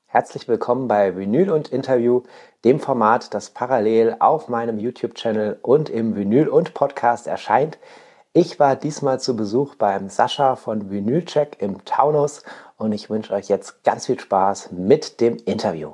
Herzlich willkommen bei Vinyl und Interview, dem Format, das parallel auf meinem YouTube-Channel und im Vinyl und Podcast erscheint. Ich war diesmal zu Besuch beim Sascha von Vinylcheck im Taunus und ich wünsche euch jetzt ganz viel Spaß mit dem Interview.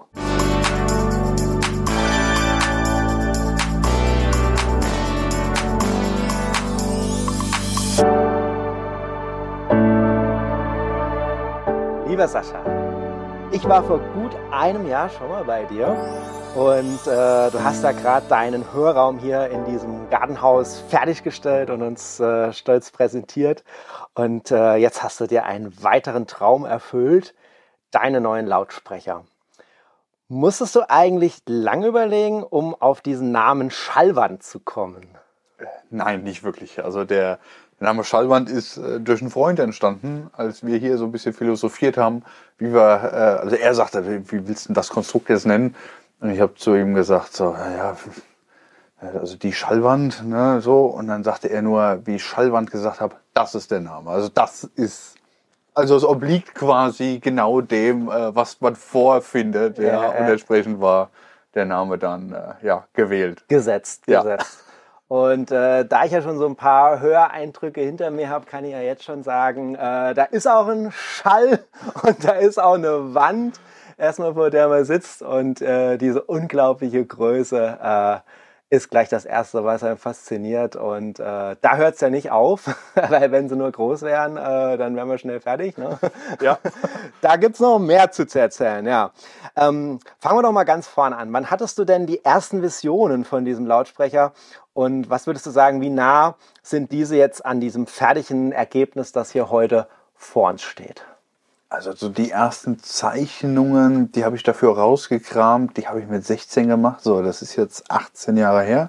Lieber Sascha, ich war vor gut einem Jahr schon mal bei dir und du hast da gerade deinen Hörraum hier in diesem Gartenhaus fertiggestellt und uns stolz präsentiert. Und jetzt hast du dir einen weiteren Traum erfüllt, deine neuen Lautsprecher. Musstest du eigentlich lange überlegen, um auf diesen Namen Schallwand zu kommen? Nein, nicht wirklich. Also der Name Schallwand ist durch einen Freund entstanden, als wir hier so ein bisschen philosophiert haben, wie wir, also er sagte, wie willst du das Konstrukt jetzt nennen? Und ich habe zu ihm gesagt, so, naja, also die Schallwand, ne, so. Und dann sagte er nur, wie ich Schallwand gesagt habe, das ist der Name. Also das ist, also es obliegt quasi genau dem, was man vorfindet, ja. Und entsprechend war der Name dann, gewählt. Gesetzt. Und da ich ja schon so ein paar Höreindrücke hinter mir habe, kann ich ja jetzt schon sagen, da ist auch ein Schall und da ist auch eine Wand, erstmal vor der man sitzt. Und diese unglaubliche Größe ist gleich das Erste, was einen fasziniert. Und da hört es ja nicht auf, weil wenn sie nur groß wären, dann wären wir schnell fertig. Ne? Ja. Da gibt es noch mehr zu erzählen, ja. Fangen wir doch mal ganz vorne an. Wann hattest du denn die ersten Visionen von diesem Lautsprecher? Und was würdest du sagen, wie nah sind diese jetzt an diesem fertigen Ergebnis, das hier heute vor uns steht? Also so die ersten Zeichnungen, die habe ich dafür rausgekramt, die habe ich mit 16 gemacht, so das ist jetzt 18 Jahre her.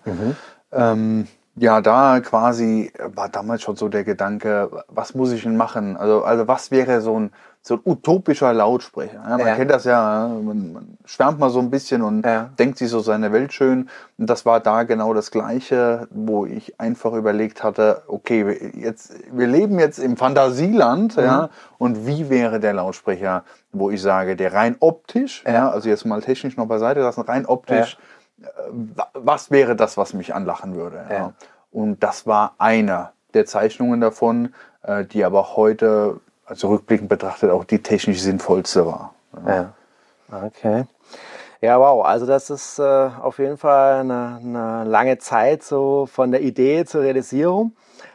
Da quasi war damals schon so der Gedanke, was muss ich denn machen? Also was wäre so ein utopischer Lautsprecher? Ja, man kennt das ja, man schwärmt mal so ein bisschen und denkt sich so seine Welt schön. Und das war da genau das Gleiche, wo ich einfach überlegt hatte, okay, wir leben jetzt im Fantasieland, ja, und wie wäre der Lautsprecher, wo ich sage, der rein optisch, also jetzt mal technisch noch beiseite lassen, rein optisch, was wäre das, was mich anlachen würde? Ja. Und das war einer der Zeichnungen davon, die aber heute, also rückblickend betrachtet, auch die technisch sinnvollste war. Ja. Okay. Ja, wow. Also das ist auf jeden Fall eine lange Zeit so von der Idee zur Realisierung.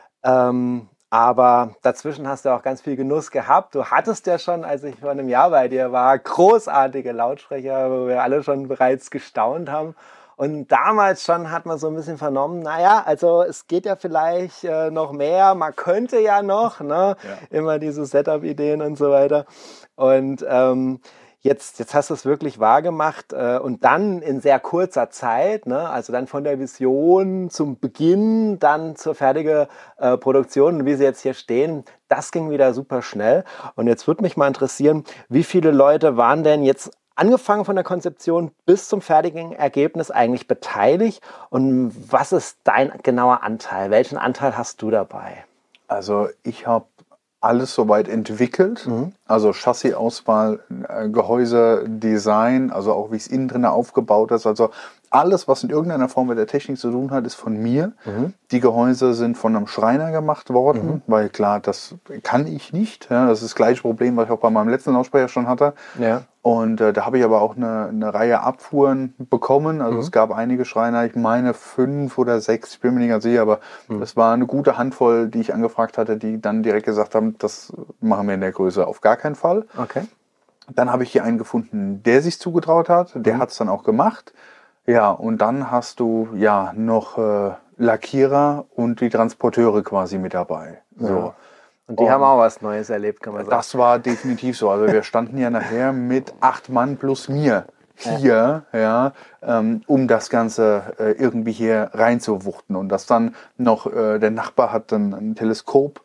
Aber dazwischen hast du auch ganz viel Genuss gehabt. Du hattest ja schon, als ich vor einem Jahr bei dir war, großartige Lautsprecher, wo wir alle schon bereits gestaunt haben. Und damals schon hat man so ein bisschen vernommen, naja, also es geht ja vielleicht noch mehr, man könnte ja noch, ne? Ja. Immer diese Setup-Ideen und so weiter. Und jetzt hast du es wirklich wahr gemacht und dann in sehr kurzer Zeit, ne? Also dann von der Vision zum Beginn, dann zur fertigen Produktion, wie sie jetzt hier stehen, das ging wieder super schnell. Und jetzt würde mich mal interessieren, wie viele Leute waren denn jetzt angefangen von der Konzeption bis zum fertigen Ergebnis eigentlich beteiligt und was ist dein genauer Anteil? Welchen Anteil hast du dabei? Also ich habe alles soweit entwickelt, also Chassisauswahl, Gehäuse, Design, also auch wie es innen drin aufgebaut ist, also alles, was in irgendeiner Form mit der Technik zu tun hat, ist von mir. Die Gehäuse sind von einem Schreiner gemacht worden, weil klar, das kann ich nicht. Ja, das ist das gleiche Problem, was ich auch bei meinem letzten Lautsprecher schon hatte. Ja. Und da habe ich aber auch eine Reihe Abfuhren bekommen. Also es gab einige Schreiner, ich meine 5 oder 6, ich bin mir nicht ganz sicher, aber das war eine gute Handvoll, die ich angefragt hatte, die dann direkt gesagt haben, das machen wir in der Größe auf gar keinen Fall. Okay. Dann habe ich hier einen gefunden, der sich zugetraut hat. Der hat es dann auch gemacht. Ja, und dann hast du ja noch Lackierer und die Transporteure quasi mit dabei. So. Ja. Und die haben auch was Neues erlebt, kann man sagen. Das war definitiv so. Also wir standen ja nachher mit 8 Mann plus mir hier, um das Ganze irgendwie hier reinzuwuchten. Und das dann noch, der Nachbar hat dann ein Teleskop,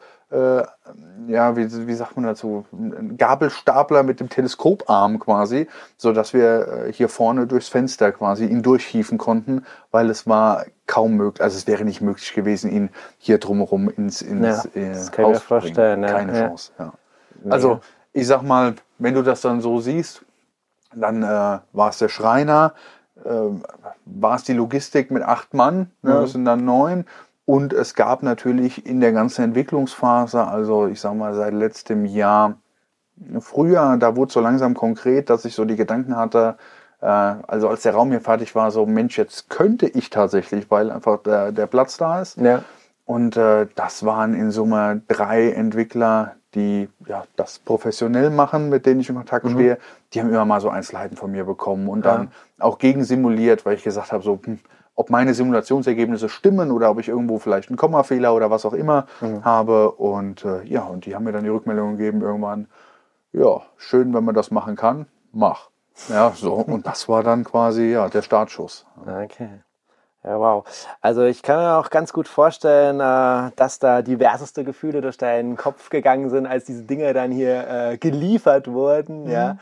wie sagt man dazu, ein Gabelstapler mit dem Teleskoparm quasi, so dass wir hier vorne durchs Fenster quasi ihn durchhieven konnten, weil es war kaum möglich, also es wäre nicht möglich gewesen, ihn hier drumherum ins das kann Haus vorstellen, bringen. Keine Chance. Ja. Also ich sag mal, wenn du das dann so siehst, Dann war es der Schreiner, war es die Logistik mit 8 Mann, ne, das sind dann 9. Und es gab natürlich in der ganzen Entwicklungsphase, also ich sage mal seit letztem Jahr, Frühjahr, da wurde es so langsam konkret, dass ich so die Gedanken hatte, also als der Raum hier fertig war, so Mensch, jetzt könnte ich tatsächlich, weil einfach der Platz da ist. Ja. Und das waren in Summe 3 Entwickler, die ja das professionell machen, mit denen ich in Kontakt stehe. Die haben immer mal so Einzelheiten von mir bekommen und dann auch gegensimuliert, weil ich gesagt habe, so ob meine Simulationsergebnisse stimmen oder ob ich irgendwo vielleicht einen Kommafehler oder was auch immer habe. Und und die haben mir dann die Rückmeldung gegeben irgendwann, ja, schön, wenn man das machen kann, mach. Ja, so. Und das war dann quasi der Startschuss. Okay. Ja, wow. Also ich kann mir auch ganz gut vorstellen, dass da diverseste Gefühle durch deinen Kopf gegangen sind, als diese Dinge dann hier geliefert wurden. Ja.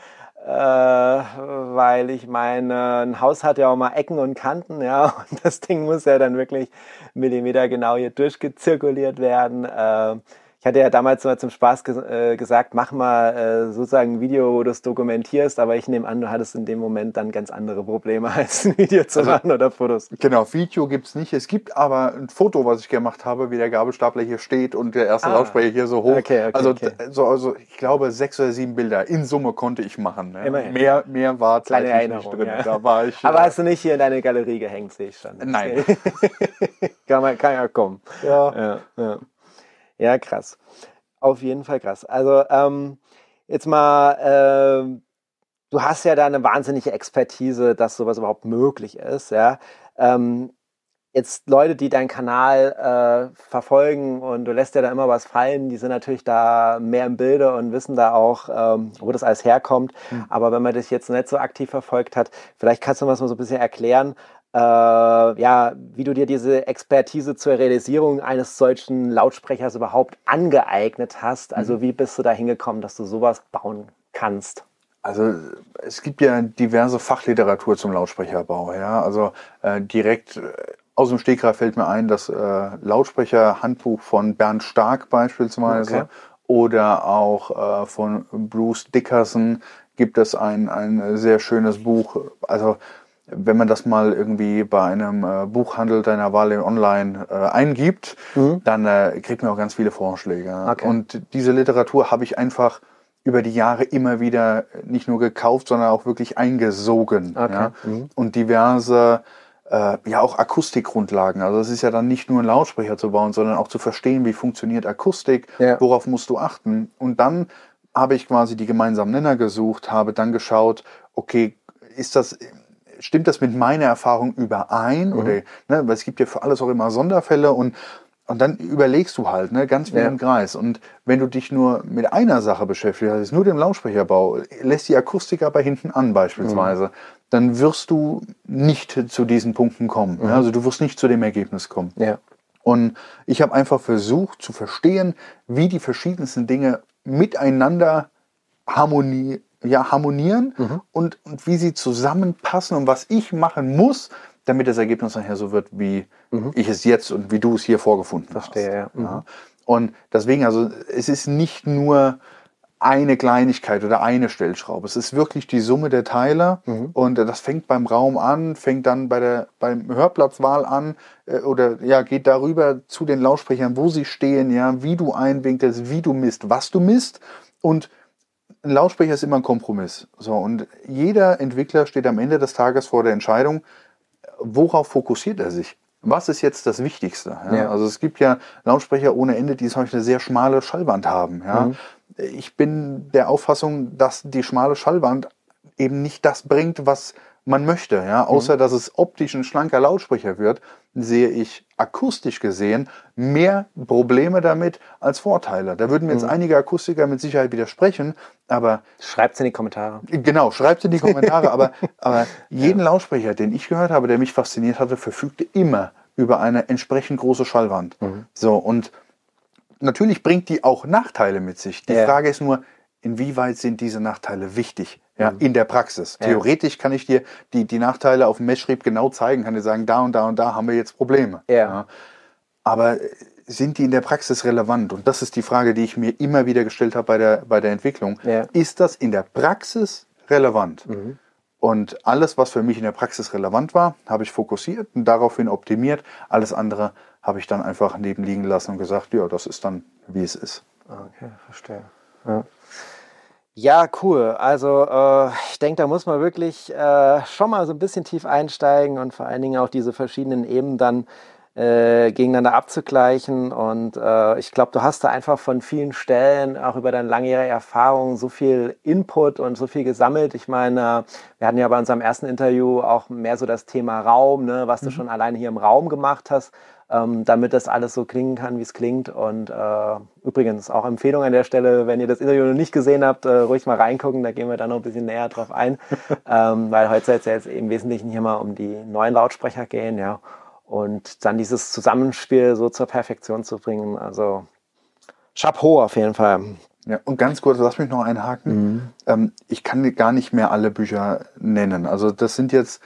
Weil ich meine, ein Haus hat ja auch mal Ecken und Kanten, ja, und das Ding muss ja dann wirklich millimetergenau hier durchgezirkuliert werden. Ich hatte ja damals mal zum Spaß gesagt, mach mal sozusagen ein Video, wo du es dokumentierst, aber ich nehme an, du hattest in dem Moment dann ganz andere Probleme, als ein Video zu machen oder Fotos. Genau, Video gibt's nicht. Es gibt aber ein Foto, was ich gemacht habe, wie der Gabelstapler hier steht und der erste Lautsprecher hier so hoch. Okay, also ich glaube 6 oder 7 Bilder in Summe konnte ich machen. Ne? Immerhin. Mehr war kleine Erinnerung nicht drin. ja. Da war ich, aber hast du nicht hier in deine Galerie gehängt, sehe ich schon. Nein. kann ja kommen. Ja. Ja, krass. Auf jeden Fall krass. Also jetzt mal, du hast ja da eine wahnsinnige Expertise, dass sowas überhaupt möglich ist. Ja. Jetzt Leute, die deinen Kanal verfolgen und du lässt ja da immer was fallen, die sind natürlich da mehr im Bilde und wissen da auch, wo das alles herkommt. Aber wenn man dich jetzt nicht so aktiv verfolgt hat, vielleicht kannst du mal so ein bisschen erklären, wie du dir diese Expertise zur Realisierung eines solchen Lautsprechers überhaupt angeeignet hast. Also wie bist du da hingekommen, dass du sowas bauen kannst? Also es gibt ja diverse Fachliteratur zum Lautsprecherbau. Ja? Also direkt aus dem Stegreif fällt mir ein, das Lautsprecherhandbuch von Bernd Stark beispielsweise oder auch von Bruce Dickerson gibt es ein sehr schönes Buch. Also wenn man das mal irgendwie bei einem Buchhandel deiner Wahl online eingibt, dann kriegt man auch ganz viele Vorschläge. Okay. Und diese Literatur habe ich einfach über die Jahre immer wieder nicht nur gekauft, sondern auch wirklich eingesogen. Okay. Ja? Und diverse auch Akustikgrundlagen. Also es ist ja dann nicht nur ein Lautsprecher zu bauen, sondern auch zu verstehen, wie funktioniert Akustik, worauf musst du achten. Und dann habe ich quasi die gemeinsamen Nenner gesucht, habe dann geschaut, okay, stimmt das mit meiner Erfahrung überein? Oder, weil es gibt ja für alles auch immer Sonderfälle und dann überlegst du halt, ganz wie im Kreis. Und wenn du dich nur mit einer Sache beschäftigst, das ist nur dem Lautsprecherbau, lässt die Akustik aber hinten an beispielsweise, dann wirst du nicht zu diesen Punkten kommen. Also du wirst nicht zu dem Ergebnis kommen. Ja. Und ich habe einfach versucht zu verstehen, wie die verschiedensten Dinge miteinander harmonieren und wie sie zusammenpassen und was ich machen muss, damit das Ergebnis nachher so wird, wie ich es jetzt und wie du es hier vorgefunden hast. Verstehe, ja. Und deswegen, also es ist nicht nur eine Kleinigkeit oder eine Stellschraube. Es ist wirklich die Summe der Teile und das fängt beim Raum an, fängt dann beim Hörplatzwahl an geht darüber zu den Lautsprechern, wo sie stehen, wie du einwinkelst, wie du misst, was du misst. Und ein Lautsprecher ist immer ein Kompromiss. So, und jeder Entwickler steht am Ende des Tages vor der Entscheidung, worauf fokussiert er sich? Was ist jetzt das Wichtigste? Ja? Also es gibt ja Lautsprecher ohne Ende, die zum Beispiel eine sehr schmale Schallwand haben. Ja? Ich bin der Auffassung, dass die schmale Schallwand eben nicht das bringt, was man möchte. Ja? Außer, dass es optisch ein schlanker Lautsprecher wird, sehe ich akustisch gesehen mehr Probleme damit als Vorteile. Da würden mir jetzt einige Akustiker mit Sicherheit widersprechen, aber... Schreibt's in die Kommentare. Genau, schreibt's in die Kommentare, aber jeden Lautsprecher, den ich gehört habe, der mich fasziniert hatte, verfügte immer über eine entsprechend große Schallwand. So, und natürlich bringt die auch Nachteile mit sich. Die Frage ist nur, inwieweit sind diese Nachteile wichtig? In der Praxis. Theoretisch kann ich dir die Nachteile auf dem Messschrieb genau zeigen, kann dir sagen, da und da und da haben wir jetzt Probleme. Aber sind die in der Praxis relevant? Und das ist die Frage, die ich mir immer wieder gestellt habe bei der Entwicklung. Ist das in der Praxis relevant. Und alles, was für mich in der Praxis relevant war, habe ich fokussiert und daraufhin optimiert. Alles andere habe ich dann einfach nebenliegen lassen und gesagt, ja, das ist dann, wie es ist. Okay, verstehe. Ja. Ja, cool. Also ich denke, da muss man wirklich schon mal so ein bisschen tief einsteigen und vor allen Dingen auch diese verschiedenen Ebenen dann gegeneinander abzugleichen. Und ich glaube, du hast da einfach von vielen Stellen, auch über deine langjährige Erfahrung, so viel Input und so viel gesammelt. Ich meine, wir hatten ja bei unserem ersten Interview auch mehr so das Thema Raum, ne, was du schon alleine hier im Raum gemacht hast, damit das alles so klingen kann, wie es klingt. Und übrigens auch Empfehlung an der Stelle, wenn ihr das Interview noch nicht gesehen habt, ruhig mal reingucken, da gehen wir dann noch ein bisschen näher drauf ein, weil heute soll es ja jetzt im Wesentlichen hier mal um die neuen Lautsprecher gehen, ja. Und dann dieses Zusammenspiel so zur Perfektion zu bringen, also Chapeau auf jeden Fall. Ja, und ganz kurz, lass mich noch einhaken. Ich kann gar nicht mehr alle Bücher nennen. Also das sind jetzt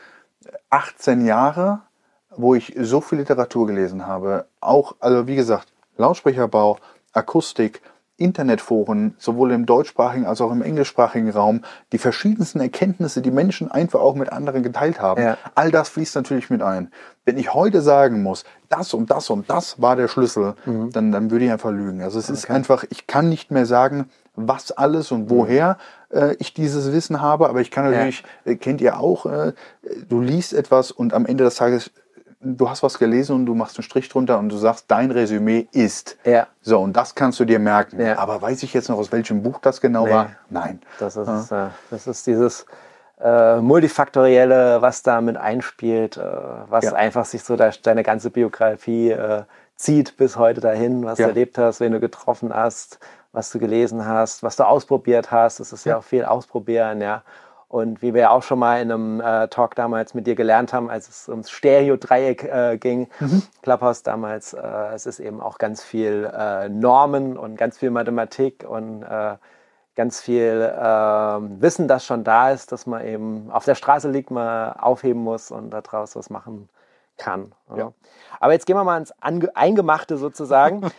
18 Jahre, wo ich so viel Literatur gelesen habe. Auch, also wie gesagt, Lautsprecherbau, Akustik, Internetforen, sowohl im deutschsprachigen als auch im englischsprachigen Raum, die verschiedensten Erkenntnisse, die Menschen einfach auch mit anderen geteilt haben. Ja. All das fließt natürlich mit ein. Wenn ich heute sagen muss, das und das und das war der Schlüssel, dann würde ich einfach lügen. Also es ist einfach, ich kann nicht mehr sagen, was alles und woher ich dieses Wissen habe, aber ich kann natürlich, kennt ihr auch, du liest etwas und am Ende des Tages du hast was gelesen und du machst einen Strich drunter und du sagst, dein Resümee ist. Ja. So, und das kannst du dir merken. Ja. Aber weiß ich jetzt noch, aus welchem Buch das genau war? Nein. Das ist dieses Multifaktorielle, was da mit einspielt, was einfach sich so deine ganze Biografie zieht bis heute dahin, was du erlebt hast, wen du getroffen hast, was du gelesen hast, was du ausprobiert hast. Das ist ja auch viel Ausprobieren, ja. Und wie wir ja auch schon mal in einem Talk damals mit dir gelernt haben, als es ums Stereo-Dreieck ging, Clubhouse damals, es ist eben auch ganz viel Normen und ganz viel Mathematik und ganz viel Wissen, das schon da ist, dass man eben auf der Straße liegt, mal aufheben muss und daraus was machen kann. Ja. Aber jetzt gehen wir mal ins Eingemachte sozusagen.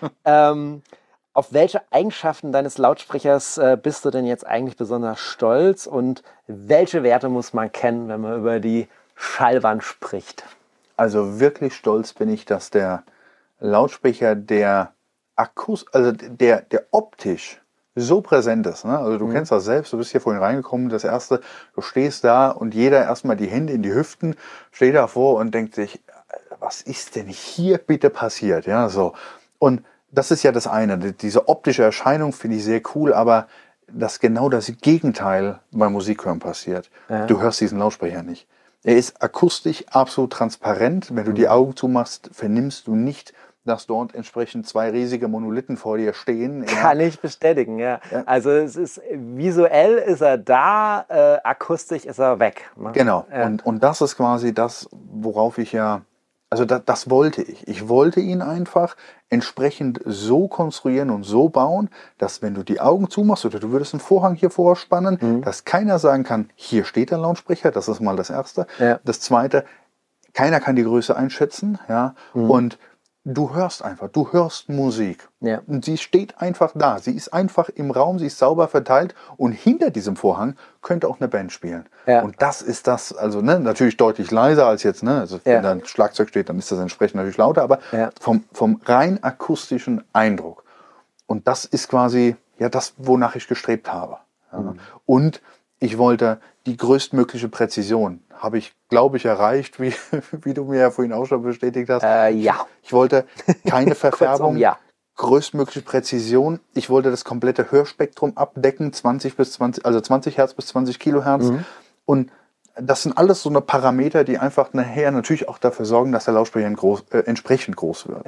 Auf welche Eigenschaften deines Lautsprechers bist du denn jetzt eigentlich besonders stolz und welche Werte muss man kennen, wenn man über die Schallwand spricht? Also wirklich stolz bin ich, dass der Lautsprecher, der optisch so präsent ist. Ne? Also du kennst das selbst, du bist hier vorhin reingekommen, das erste, du stehst da und jeder erstmal die Hände in die Hüften, steht davor und denkt sich, was ist denn hier bitte passiert? Ja, so. Und das ist ja das eine. Diese optische Erscheinung finde ich sehr cool, aber dass genau das Gegenteil beim Musikhören passiert. Ja. Du hörst diesen Lautsprecher nicht. Er ist akustisch absolut transparent. Wenn du die Augen zumachst, vernimmst du nicht, dass dort entsprechend zwei riesige Monolithen vor dir stehen. Kann ich bestätigen, ja. Also es ist visuell ist er da, akustisch ist er weg. Ne? Genau. Ja. Und das ist quasi das, worauf ich also das wollte ich. Ich wollte ihn einfach entsprechend so konstruieren und so bauen, dass wenn du die Augen zumachst oder du würdest einen Vorhang hier vorspannen, dass keiner sagen kann, hier steht der Lautsprecher, das ist mal das Erste. Ja. Das Zweite, keiner kann die Größe einschätzen, ja, und du hörst Musik. Ja. Und sie steht einfach da. Sie ist einfach im Raum, sie ist sauber verteilt und hinter diesem Vorhang könnte auch eine Band spielen. Ja. Und das ist das, also natürlich deutlich leiser als jetzt, also wenn da ein Schlagzeug steht, dann ist das entsprechend natürlich lauter, aber vom rein akustischen Eindruck. Und das ist quasi das, wonach ich gestrebt habe. Ja. Und ich wollte die größtmögliche Präzision. Habe ich, glaube ich, erreicht, wie du mir ja vorhin auch schon bestätigt hast. Ich wollte keine Verfärbung, größtmögliche Präzision. Ich wollte das komplette Hörspektrum abdecken, 20 Hertz bis 20 Kilohertz. Und das sind alles so eine Parameter, die einfach nachher natürlich auch dafür sorgen, dass der Lautsprecher entsprechend groß wird.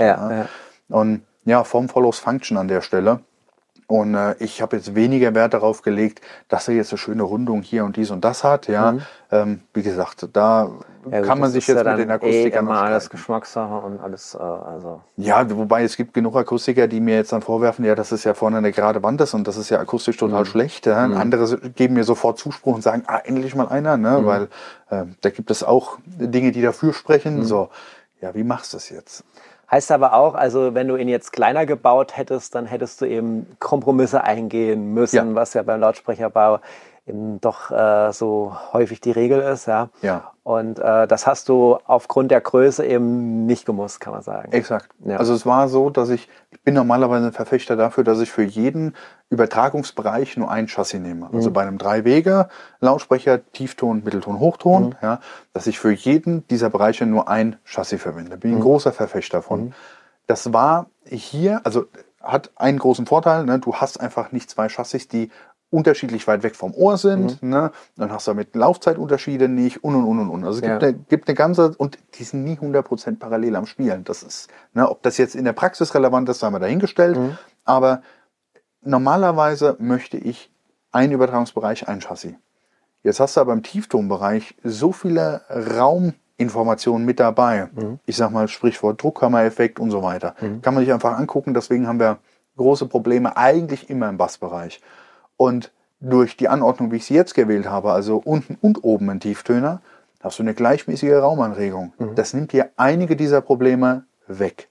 Und Form follows Function an der Stelle. Und ich habe jetzt weniger Wert darauf gelegt, dass er jetzt eine schöne Rundung hier und dies und das hat. Ja, wie gesagt, da kann man sich jetzt mit den Akustikern immer alles Geschmackssache und alles. Ja, wobei es gibt genug Akustiker, die mir jetzt dann vorwerfen, das ist ja vorne eine gerade Wand ist und das ist ja akustisch total schlecht. Ja. Andere geben mir sofort Zuspruch und sagen, endlich mal einer, ne, weil da gibt es auch Dinge, die dafür sprechen. So, wie machst du das jetzt? Heißt aber auch, also wenn du ihn jetzt kleiner gebaut hättest, dann hättest du eben Kompromisse eingehen müssen, was ja beim Lautsprecherbau eben doch so häufig die Regel ist. Ja. Ja. Und das hast du aufgrund der Größe eben nicht gemusst, kann man sagen. Exakt. Ja. Also es war so, dass ich bin normalerweise ein Verfechter dafür, dass ich für jeden Übertragungsbereich nur ein Chassis nehme. Also bei einem 3-Wege-Lautsprecher, Tiefton, Mittelton, Hochton, ja, dass ich für jeden dieser Bereiche nur ein Chassis verwende. Bin ein großer Verfechter davon. Das war hier, also hat einen großen Vorteil, ne? Du hast einfach nicht zwei Chassis, die unterschiedlich weit weg vom Ohr sind, ne? Dann hast du damit Laufzeitunterschiede nicht und. Also es gibt eine ganze, und die sind nie 100% parallel am Spielen. Das ist, ne, ob das jetzt in der Praxis relevant ist, haben wir dahingestellt, aber normalerweise möchte ich einen Übertragungsbereich, ein Chassis. Jetzt hast du aber im Tieftonbereich so viele Rauminformationen mit dabei. Ich sag mal Sprichwort Druckkammereffekt und so weiter. Kann man sich einfach angucken, deswegen haben wir große Probleme eigentlich immer im Bassbereich. Und durch die Anordnung, wie ich sie jetzt gewählt habe, also unten und oben ein Tieftöner, hast du eine gleichmäßige Raumanregung. Das nimmt dir einige dieser Probleme weg.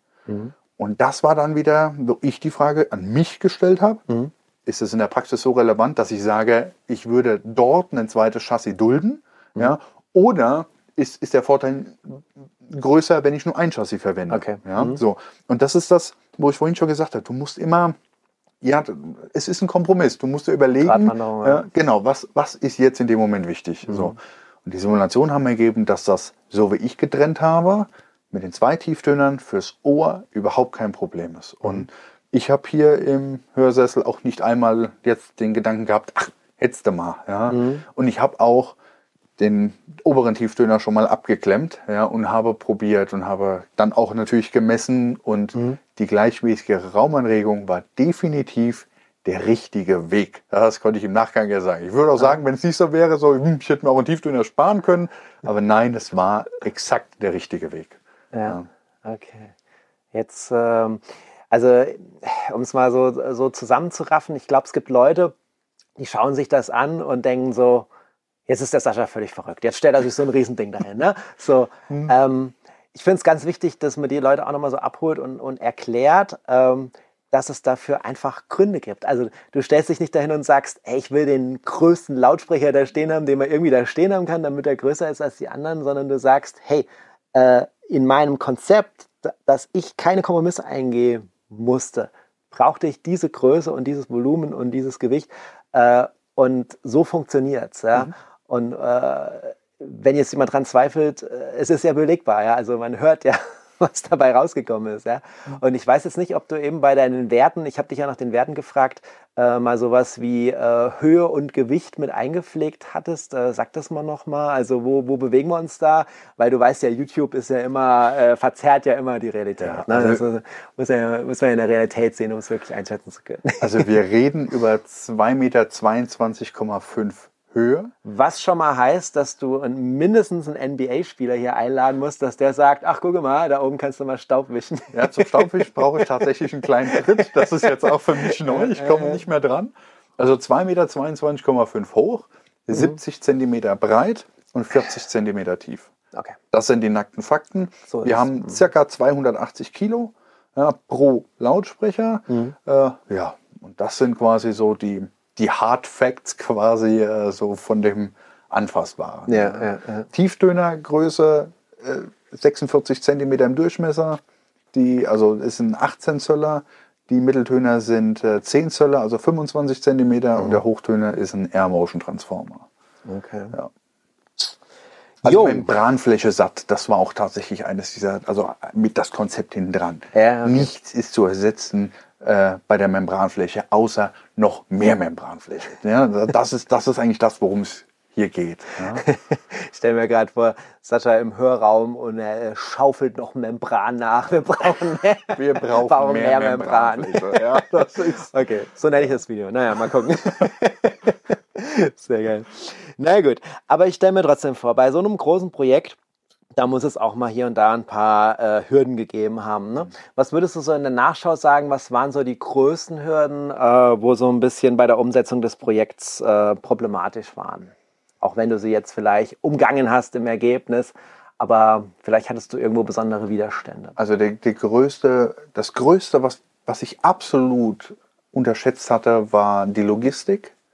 Und das war dann wieder, wo ich die Frage an mich gestellt habe, ist es in der Praxis so relevant, dass ich sage, ich würde dort ein zweites Chassis dulden? Ja? Oder ist der Vorteil größer, wenn ich nur ein Chassis verwende? Okay. Ja? So. Und das ist das, wo ich vorhin schon gesagt habe, du musst immer... Ja, es ist ein Kompromiss. Du musst dir überlegen, genau, was ist jetzt in dem Moment wichtig. So. Und die Simulationen haben ergeben, dass das, so wie ich getrennt habe, mit den zwei Tieftönern fürs Ohr überhaupt kein Problem ist. Und ich habe hier im Hörsessel auch nicht einmal jetzt den Gedanken gehabt, ach, hättest du mal. Ja? Und ich habe auch den oberen Tieftöner schon mal abgeklemmt, ja, und habe probiert und habe dann auch natürlich gemessen und die gleichmäßige Raumanregung war definitiv der richtige Weg. Ja, das konnte ich im Nachgang ja sagen. Ich würde auch sagen, wenn es nicht so wäre, so, ich hätte mir auch einen Tieftöner sparen können, aber nein, es war exakt der richtige Weg. Ja. Okay. Jetzt, also um es mal so zusammenzuraffen, ich glaube, es gibt Leute, die schauen sich das an und denken so, jetzt ist der Sascha völlig verrückt. Jetzt stellt er sich so ein Riesending dahin. Ne? So, ich finde es ganz wichtig, dass man die Leute auch nochmal so abholt und erklärt, dass es dafür einfach Gründe gibt. Also du stellst dich nicht dahin und sagst, ey, ich will den größten Lautsprecher da stehen haben, den man irgendwie da stehen haben kann, damit er größer ist als die anderen, sondern du sagst, hey, in meinem Konzept, dass ich keine Kompromisse eingehen musste, brauchte ich diese Größe und dieses Volumen und dieses Gewicht und so funktioniert's. Ja? Und wenn jetzt jemand dran zweifelt, es ist ja belegbar, ja, also man hört ja, was dabei rausgekommen ist, ja. Und ich weiß jetzt nicht, ob du eben bei deinen Werten, ich habe dich ja nach den Werten gefragt, mal sowas wie Höhe und Gewicht mit eingepflegt hattest. Sag das mal nochmal, also wo bewegen wir uns da? Weil du weißt ja, YouTube ist ja immer, verzerrt ja immer die Realität. Ja, ne? Also muss man ja in der Realität sehen, um es wirklich einschätzen zu können. Also wir reden über 2,22,5 Meter Höhe. Was schon mal heißt, dass du mindestens einen NBA-Spieler hier einladen musst, dass der sagt, ach guck mal, da oben kannst du mal Staub wischen. Ja, zum Staubwischen brauche ich tatsächlich einen kleinen Tritt. Das ist jetzt auch für mich neu. Ich komme nicht mehr dran. Also 2,22,5 Meter hoch, 70 Zentimeter breit und 40 Zentimeter tief. Okay. Das sind die nackten Fakten. So wir haben ca. 280 Kilo pro Lautsprecher. Ja, und das sind quasi so die Hard Facts quasi so von dem Anfassbaren. Ja. Tieftönergröße 46 cm im Durchmesser. Also ist ein 18 Zöller. Die Mitteltöner sind 10 Zöller, also 25 cm. Und der Hochtöner ist ein Air Motion Transformer. Okay. Ja. Also Membranfläche satt, das war auch tatsächlich eines dieser, also mit das Konzept hinten dran. Ja, okay. Nichts ist zu ersetzen bei der Membranfläche, außer noch mehr Membranfläche. Ja, das ist eigentlich das, worum es hier geht. Ja. Ich stelle mir gerade vor, Sascha im Hörraum und er schaufelt noch Membran nach. Wir brauchen mehr Membran. Ja, das ist okay, so nenne ich das Video. Naja, mal gucken. Sehr geil. Na gut, aber ich stelle mir trotzdem vor, bei so einem großen Projekt, da muss es auch mal hier und da ein paar Hürden gegeben haben. Ne? Was würdest du so in der Nachschau sagen, was waren so die größten Hürden, wo so ein bisschen bei der Umsetzung des Projekts problematisch waren? Auch wenn du sie jetzt vielleicht umgangen hast im Ergebnis, aber vielleicht hattest du irgendwo besondere Widerstände. Also das Größte, was ich absolut unterschätzt hatte, war die Logistik.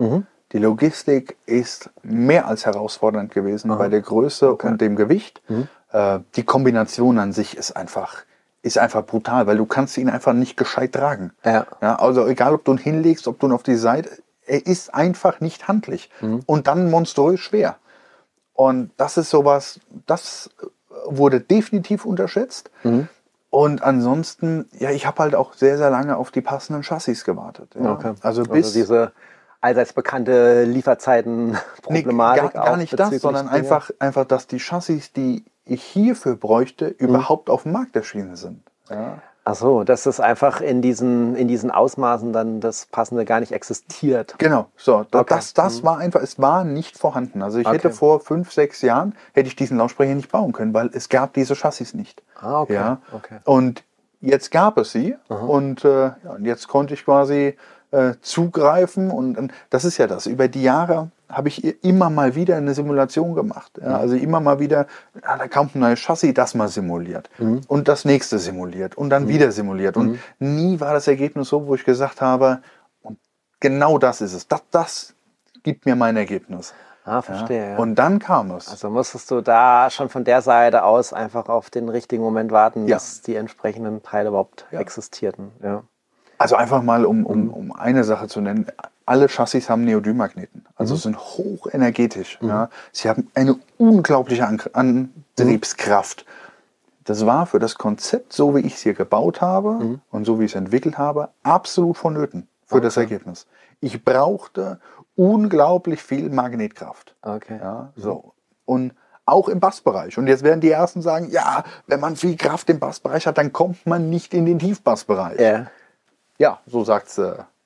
Die Logistik ist mehr als herausfordernd gewesen bei der Größe und dem Gewicht. Die Kombination an sich ist einfach brutal, weil du kannst ihn einfach nicht gescheit tragen. Ja, also egal, ob du ihn hinlegst, ob du ihn auf die Seite, er ist einfach nicht handlich. Und dann monströs schwer. Und das ist sowas, das wurde definitiv unterschätzt. Und ansonsten, ja, ich habe halt auch sehr, sehr lange auf die passenden Chassis gewartet. Ja. Also diese allseits bekannte Lieferzeiten-Problematik. Gar nicht das, sondern einfach, dass die Chassis, die ich hierfür bräuchte, überhaupt auf dem Markt erschienen sind. Ja. Ach so, dass es einfach in diesen Ausmaßen dann das Passende gar nicht existiert. Genau, so. Das war einfach, es war nicht vorhanden. Also ich hätte vor 5, 6 Jahren, hätte ich diesen Lautsprecher nicht bauen können, weil es gab diese Chassis nicht. Ja. Und jetzt gab es sie und jetzt konnte ich quasi zugreifen und das ist ja das. Über die Jahre habe ich immer mal wieder eine Simulation gemacht. Ja? Also immer mal wieder, da kommt ein neues Chassis, das mal simuliert und das nächste simuliert und dann wieder simuliert. Und nie war das Ergebnis so, wo ich gesagt habe, und genau das ist es. Das gibt mir mein Ergebnis. Verstehe. Ja. Und dann kam es. Also musstest du da schon von der Seite aus einfach auf den richtigen Moment warten, dass die entsprechenden Teile überhaupt existierten. Ja. Also einfach mal, um eine Sache zu nennen, alle Chassis haben Neodym-Magneten, also sind hochenergetisch. Ja. Sie haben eine unglaubliche Antriebskraft. Das war für das Konzept, so wie ich es hier gebaut habe und so wie ich es entwickelt habe, absolut vonnöten für das Ergebnis. Ich brauchte unglaublich viel Magnetkraft. Ja, so. Und auch im Bassbereich. Und jetzt werden die Ersten sagen, ja, wenn man viel Kraft im Bassbereich hat, dann kommt man nicht in den Tiefbassbereich. Ja, so sagt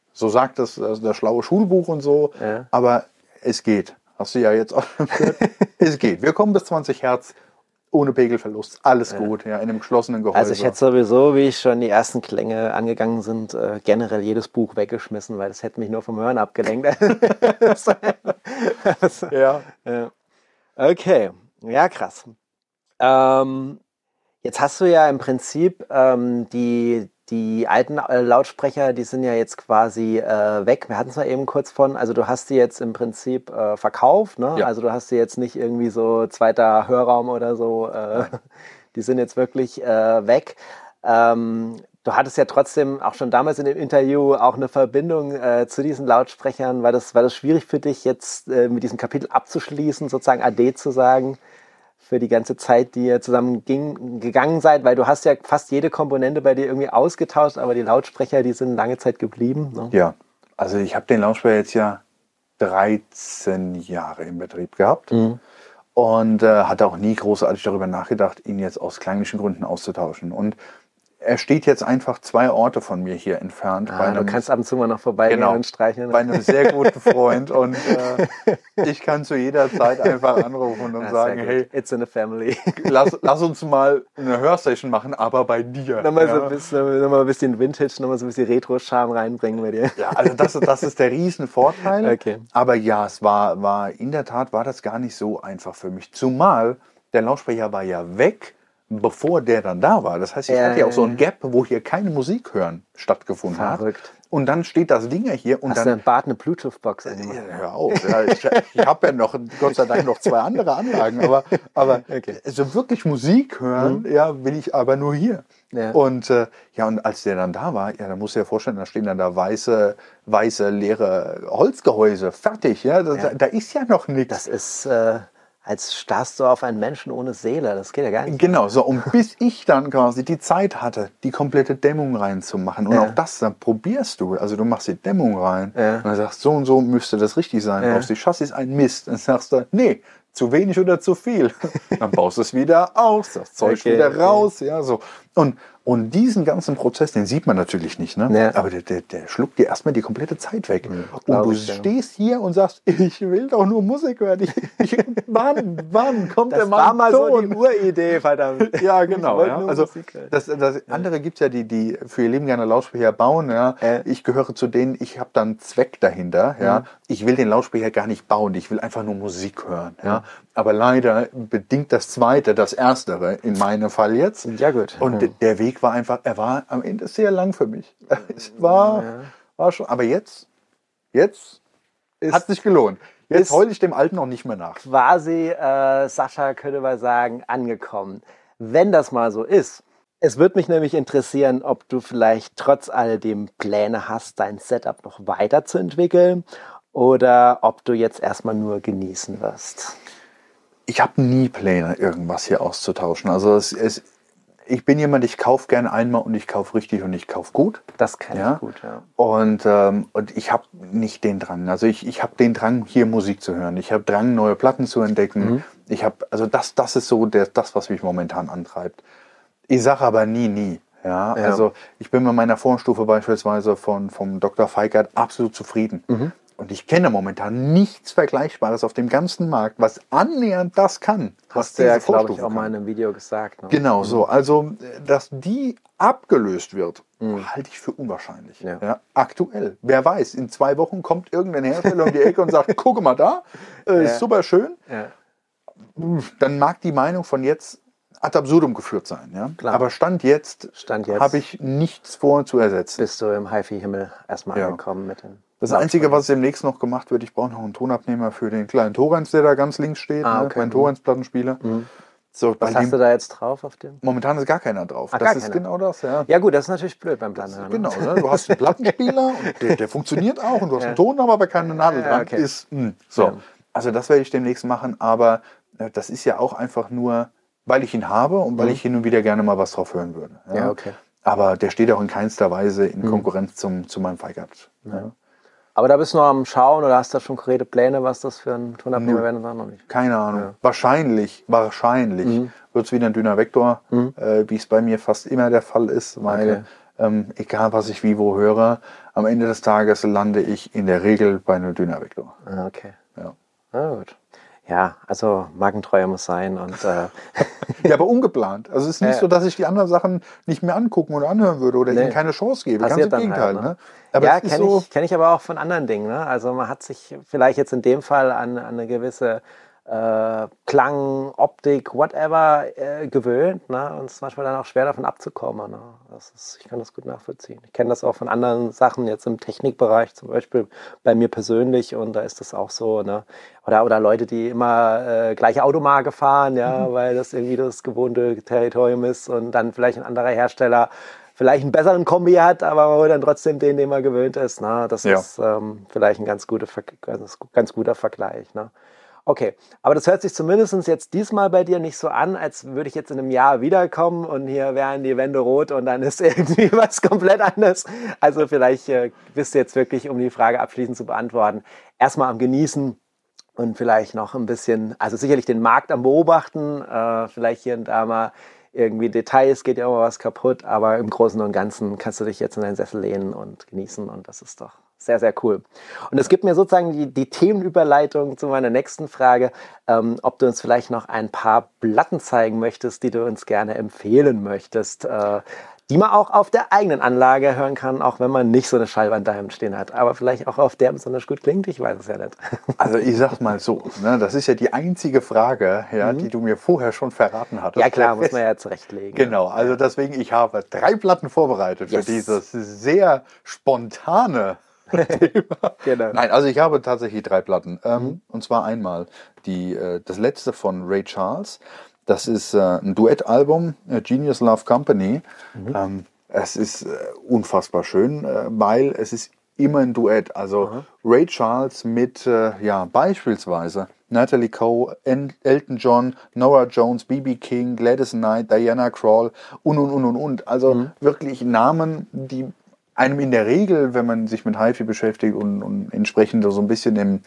es das schlaue Schulbuch und so. Ja. Aber es geht. Hast du ja jetzt auch schon gehört. Es geht. Wir kommen bis 20 Hertz ohne Pegelverlust. Alles gut, ja, in einem geschlossenen Gehäuse. Also ich hätte sowieso, wie ich schon die ersten Klänge angegangen sind, generell jedes Buch weggeschmissen, weil das hätte mich nur vom Hören abgelenkt. Ja. Okay, ja, krass. Jetzt hast du ja im Prinzip die alten Lautsprecher, die sind ja jetzt quasi weg. Wir hatten es ja eben kurz von, also du hast die jetzt im Prinzip verkauft, ne? Ja. Also du hast die jetzt nicht irgendwie so zweiter Hörraum oder so. Die sind jetzt wirklich weg. Du hattest ja trotzdem auch schon damals in dem Interview auch eine Verbindung zu diesen Lautsprechern. War das schwierig für dich jetzt mit diesem Kapitel abzuschließen, sozusagen Ade zu sagen? Für die ganze Zeit, die ihr zusammen gegangen seid, weil du hast ja fast jede Komponente bei dir irgendwie ausgetauscht, aber die Lautsprecher, die sind lange Zeit geblieben. Ne? Ja, also ich habe den Lautsprecher jetzt ja 13 Jahre im Betrieb gehabt und hatte auch nie großartig darüber nachgedacht, ihn jetzt aus kleinlichen Gründen auszutauschen. Und er steht jetzt einfach 2 Orte von mir hier entfernt. Du kannst ab und zu mal noch vorbeigehen und streicheln. Bei einem sehr guten Freund und ich kann zu jeder Zeit einfach anrufen und sagen, hey, it's in a family. lass uns mal eine Hörsession machen, aber bei dir. Nochmal so ein bisschen Vintage, nochmal so ein bisschen Retro-Charme reinbringen bei dir. Ja, also das ist der Riesenvorteil. Okay. Aber ja, es war in der Tat war das gar nicht so einfach für mich. Zumal der Lautsprecher war ja weg, bevor der dann da war. Das heißt, ich hatte ja auch so ein Gap, wo hier keine Musik hören stattgefunden hat. Und dann steht das Ding ja hier. Und hast du Bart eine Bluetooth-Box angemacht? Hör auf. Ja, ich habe ja noch, Gott sei Dank, noch 2 andere Anlagen. Aber so wirklich Musik hören, will ich aber nur hier. Ja. Und und als der dann da war, da musst du dir vorstellen, da stehen dann da weiße leere Holzgehäuse. Fertig, ja. Da ist ja noch nichts. Das ist... als starrst du auf einen Menschen ohne Seele. Das geht ja gar nicht. Genau, so. Und bis ich dann quasi die Zeit hatte, die komplette Dämmung reinzumachen. Und auch das, dann probierst du. Also du machst die Dämmung rein. Ja. Und dann sagst so und so müsste das richtig sein. Ja. Brauchst die Chassis ein Mist. Dann sagst du, nee, zu wenig oder zu viel. Dann baust du es wieder aus, das Zeug wieder raus. Ja, so. Und diesen ganzen Prozess, den sieht man natürlich nicht, ne? Ja. Aber der schluckt dir erstmal die komplette Zeit weg. Und du stehst hier und sagst, ich will doch nur Musik hören. Wann kommt der Mann? Das war mal so die Uridee, verdammt. Ja, genau. Ja. Also das andere gibt es ja, die für ihr Leben gerne Lautsprecher bauen. Ja. Ich gehöre zu denen, ich habe dann einen Zweck dahinter. Ja. Ich will den Lautsprecher gar nicht bauen, ich will einfach nur Musik hören. Ja. Aber leider bedingt das Zweite das Erstere, in meinem Fall jetzt. Ja, gut. Und der Weg war einfach, er war am Ende sehr lang für mich. Es war schon, aber jetzt Hat sich gelohnt. Jetzt heule ich dem Alten auch nicht mehr nach. Quasi, Sascha, könnte man sagen, angekommen. Wenn das mal so ist, es würde mich nämlich interessieren, ob du vielleicht trotz alledem Pläne hast, dein Setup noch weiterzuentwickeln oder ob du jetzt erstmal nur genießen wirst. Ich habe nie Pläne, irgendwas hier auszutauschen. Also ich bin jemand, ich kaufe gerne einmal und ich kaufe richtig und ich kaufe gut. Das kann ich gut, ja. Und ich habe nicht den Drang. Also ich habe den Drang, hier Musik zu hören. Ich habe Drang, neue Platten zu entdecken. Das ist so das, was mich momentan antreibt. Ich sage aber nie. Ja? Also ich bin mit meiner Vorstufe beispielsweise vom Dr. Feigert absolut zufrieden. Und ich kenne momentan nichts Vergleichbares auf dem ganzen Markt, was annähernd das kann, was diese Vorstufe glaube ich, auch mal in einem Video gesagt. Ne? Genau so. Also, dass die abgelöst wird, halte ich für unwahrscheinlich. Ja, aktuell. Wer weiß, in 2 Wochen kommt irgendein Hersteller um die Ecke und sagt, guck mal da, ist super schön. Ja. Dann mag die Meinung von jetzt ad absurdum geführt sein. Ja? Klar. Aber Stand jetzt habe ich nichts vor zu ersetzen. Bist du im HiFi-Himmel erstmal angekommen mit dem. Das Einzige, was demnächst noch gemacht wird, ich brauche noch einen Tonabnehmer für den kleinen Torrens, der da ganz links steht. Mein Torrens-Plattenspieler. So, was hast du da jetzt drauf auf dem? Momentan ist gar keiner drauf. Das ist genau das, ja. Ja gut, das ist natürlich blöd beim Planhören. Ne? Genau, ne? Du hast einen Plattenspieler und der funktioniert auch und du hast einen Ton, aber keine Nadel dran. Also das werde ich demnächst machen, aber das ist ja auch einfach nur, weil ich ihn habe und weil ich hin und wieder gerne mal was drauf hören würde. Ja, okay. Aber der steht auch in keinster Weise in Konkurrenz zu meinem Feigert. Ja. Aber da bist du noch am Schauen oder hast du schon konkrete Pläne, was das für ein Tonabnehmer werden soll? Noch nicht. Keine Ahnung. Ja. Wahrscheinlich wird es wieder ein dünner Vektor, wie es bei mir fast immer der Fall ist, weil egal was ich wie wo höre, am Ende des Tages lande ich in der Regel bei einem dünner Vektor. Okay. Ja. Ah, gut. Ja, also Markentreue muss sein. Und, ja, aber ungeplant. Also es ist nicht so, dass ich die anderen Sachen nicht mehr angucken oder anhören würde oder ihnen keine Chance gebe. Ganz im Gegenteil. Halt, ne? Aber ja, kenn ich aber auch von anderen Dingen. Ne? Also man hat sich vielleicht jetzt in dem Fall an eine gewisse Klang, Optik, whatever gewöhnt. Ne? Und es ist manchmal dann auch schwer davon abzukommen. Ne? Ich kann das gut nachvollziehen. Ich kenne das auch von anderen Sachen, jetzt im Technikbereich, zum Beispiel bei mir persönlich. Und da ist das auch so. Ne? Oder Leute, die immer gleiche Automarke fahren, weil das irgendwie das gewohnte Territorium ist und dann vielleicht ein anderer Hersteller vielleicht einen besseren Kombi hat, aber man holt dann trotzdem den man gewöhnt ist. Ne? Das ist vielleicht ein ganz guter Vergleich. Ne? Okay, aber das hört sich zumindest jetzt diesmal bei dir nicht so an, als würde ich jetzt in einem Jahr wiederkommen und hier wären die Wände rot und dann ist irgendwie was komplett anderes. Also vielleicht bist du jetzt wirklich, um die Frage abschließend zu beantworten, erstmal am Genießen und vielleicht noch ein bisschen, also sicherlich den Markt am Beobachten, vielleicht hier und da mal irgendwie Details, geht ja immer was kaputt, aber im Großen und Ganzen kannst du dich jetzt in deinen Sessel lehnen und genießen und das ist doch sehr, sehr cool. Und es gibt mir sozusagen die Themenüberleitung zu meiner nächsten Frage, ob du uns vielleicht noch ein paar Platten zeigen möchtest, die du uns gerne empfehlen möchtest, die man auch auf der eigenen Anlage hören kann, auch wenn man nicht so eine Schallwand daheim stehen hat, aber vielleicht auch auf der besonders gut klingt, ich weiß es ja nicht. Also ich sag's mal so, ne, das ist ja die einzige Frage, die du mir vorher schon verraten hattest. Ja klar, muss man ja zurechtlegen. Genau, also deswegen, ich habe 3 Platten vorbereitet für dieses sehr spontane Thema. Genau. Nein, also ich habe tatsächlich 3 Platten. Und zwar einmal das letzte von Ray Charles. Das ist ein Duettalbum, Genius Love Company. Es ist unfassbar schön, weil es ist immer ein Duett. Also Ray Charles mit beispielsweise Natalie Cole, Elton John, Norah Jones, B.B. King, Gladys Knight, Diana Krall und. Also wirklich Namen, die einem in der Regel, wenn man sich mit HiFi beschäftigt und entsprechend so ein bisschen im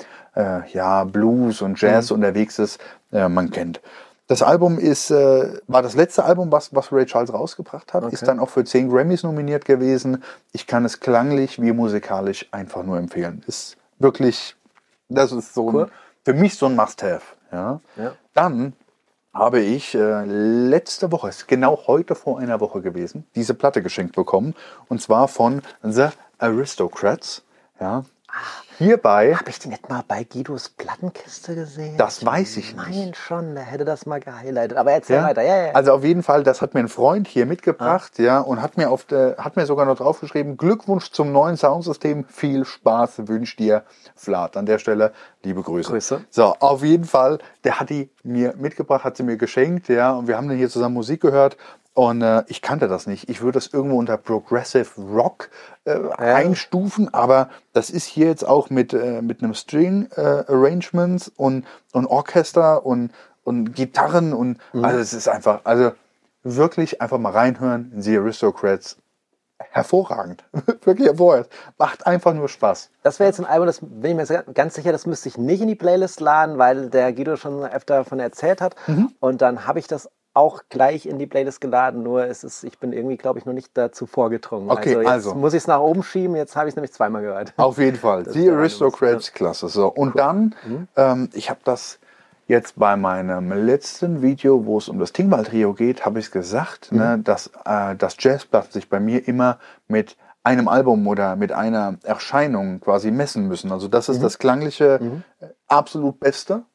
Blues und Jazz unterwegs ist, man kennt. Das Album war das letzte Album, was Ray Charles rausgebracht hat. Okay. Ist dann auch für 10 Grammys nominiert gewesen. Ich kann es klanglich wie musikalisch einfach nur empfehlen. Ist wirklich, das ist so für mich so ein Must-Have. Ja? Ja. Dann habe ich letzte Woche, ist genau heute vor einer Woche gewesen, diese Platte geschenkt bekommen. Und zwar von The Aristocrats. Ja. Hierbei... Habe ich die nicht mal bei Guidos Plattenkiste gesehen? Das weiß ich nicht. Nein, schon, der hätte das mal gehighlightet. Aber erzähl weiter. Ja. Also auf jeden Fall, das hat mir ein Freund hier mitgebracht, und hat mir sogar noch draufgeschrieben, Glückwunsch zum neuen Soundsystem, viel Spaß wünscht dir Vlad. An der Stelle liebe Grüße. So, auf jeden Fall, der hat die mir mitgebracht, hat sie mir geschenkt, und wir haben dann hier zusammen Musik gehört. Und ich kannte das nicht. Ich würde das irgendwo unter Progressive Rock einstufen, aber das ist hier jetzt auch mit einem String Arrangements und Orchester und Gitarren und also es ist einfach, also wirklich einfach mal reinhören. The Aristocrats, hervorragend, wirklich hervorragend. Macht einfach nur Spaß. Das wäre jetzt ein Album, das bin ich mir ganz sicher, das müsste ich nicht in die Playlist laden, weil der Guido schon öfter davon erzählt hat. Und dann habe ich das auch gleich in die Playlist geladen, nur ich bin irgendwie, glaube ich, noch nicht dazu vorgedrungen. Okay, jetzt muss ich es nach oben schieben, jetzt habe ich es nämlich zweimal gehört. Auf jeden Fall, The Aristocrats, klasse. So. Und dann, ich habe das jetzt bei meinem letzten Video, wo es um das Tingwall-Trio geht, habe ich es gesagt, dass Jazzplatten sich bei mir immer mit einem Album oder mit einer Erscheinung quasi messen müssen. Also das ist das klangliche absolut Beste,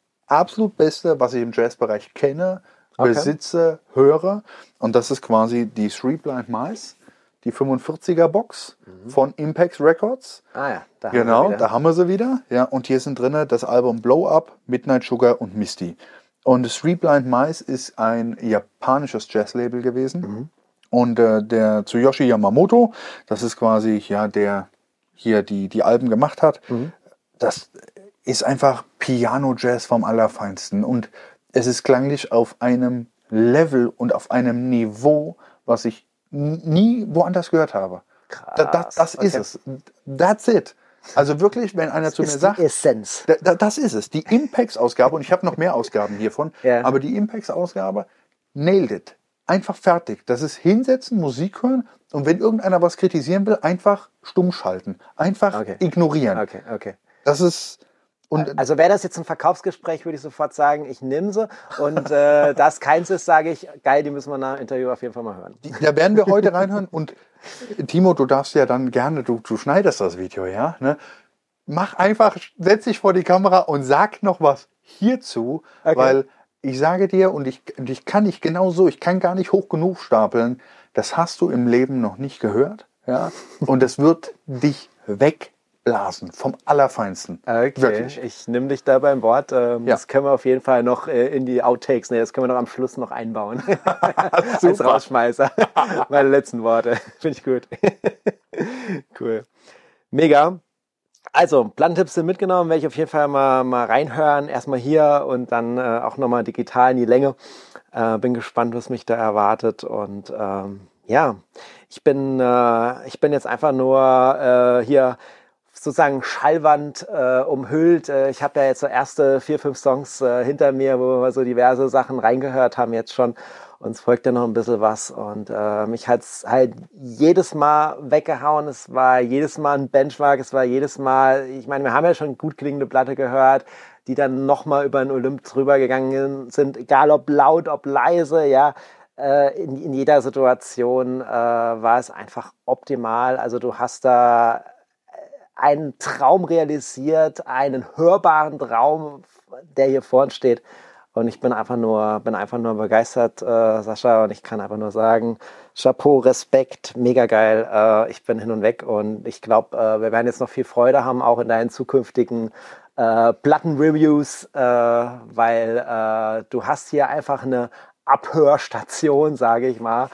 was ich im Jazzbereich kenne, besitze, höre. Und das ist quasi die Three Blind Mice, die 45er Box von Impact Records. Da haben wir sie wieder. Ja, und hier sind drin das Album Blow Up, Midnight Sugar und Misty. Und Three Blind Mice ist ein japanisches Jazzlabel gewesen. Und der Tsuyoshi Yamamoto, das ist quasi der hier die Alben gemacht hat. Das ist einfach Piano-Jazz vom Allerfeinsten. Und es ist klanglich auf einem Level und auf einem Niveau, was ich nie woanders gehört habe. Krass. Das ist es. That's it. Also wirklich, wenn einer zu mir sagt, die Essenz. Das ist es. Die Impacts-Ausgabe, und ich habe noch mehr Ausgaben hiervon, aber die Impacts-Ausgabe, nailed it. Einfach fertig. Das ist hinsetzen, Musik hören, und wenn irgendeiner was kritisieren will, einfach stumm schalten. Einfach ignorieren. Okay. Das ist... Also wäre das jetzt ein Verkaufsgespräch, würde ich sofort sagen, ich nehme sie. Und das keins ist, sage ich, geil, die müssen wir nach dem Interview auf jeden Fall mal hören. Da werden wir heute reinhören. Und Timo, du darfst ja dann gerne, du schneidest das Video, Mach einfach, setz dich vor die Kamera und sag noch was hierzu, weil ich sage dir, und ich kann nicht genau so, ich kann gar nicht hoch genug stapeln, das hast du im Leben noch nicht gehört, und es wird dich wegblasen vom Allerfeinsten. Okay, wirklich. Ich nehme dich da beim Wort. Das können wir auf jeden Fall noch in die Outtakes, das können wir noch am Schluss noch einbauen. Als Rausschmeißer. Meine letzten Worte. Finde ich gut. Cool. Mega. Also, Plattentipps sind mitgenommen, werde ich auf jeden Fall mal reinhören. Erstmal hier und dann auch nochmal digital in die Länge. Bin gespannt, was mich da erwartet. Und ich bin jetzt einfach nur hier sozusagen Schallwand umhüllt. Ich habe ja jetzt so erste 4, 5 Songs hinter mir, wo wir so diverse Sachen reingehört haben jetzt schon. Uns folgt ja noch ein bisschen was und mich hat es halt jedes Mal weggehauen. Es war jedes Mal ein Benchmark, es war jedes Mal, ich meine, wir haben ja schon gut klingende Platte gehört, die dann nochmal über den Olymp drüber gegangen sind, egal ob laut, ob leise, in jeder Situation war es einfach optimal. Also du hast da einen Traum realisiert, einen hörbaren Traum, der hier vorne steht. Und ich bin einfach nur begeistert, Sascha, und ich kann einfach nur sagen, Chapeau, Respekt, mega geil. Ich bin hin und weg und ich glaube, wir werden jetzt noch viel Freude haben, auch in deinen zukünftigen Plattenreviews, weil du hast hier einfach eine Abhörstation, sage ich mal,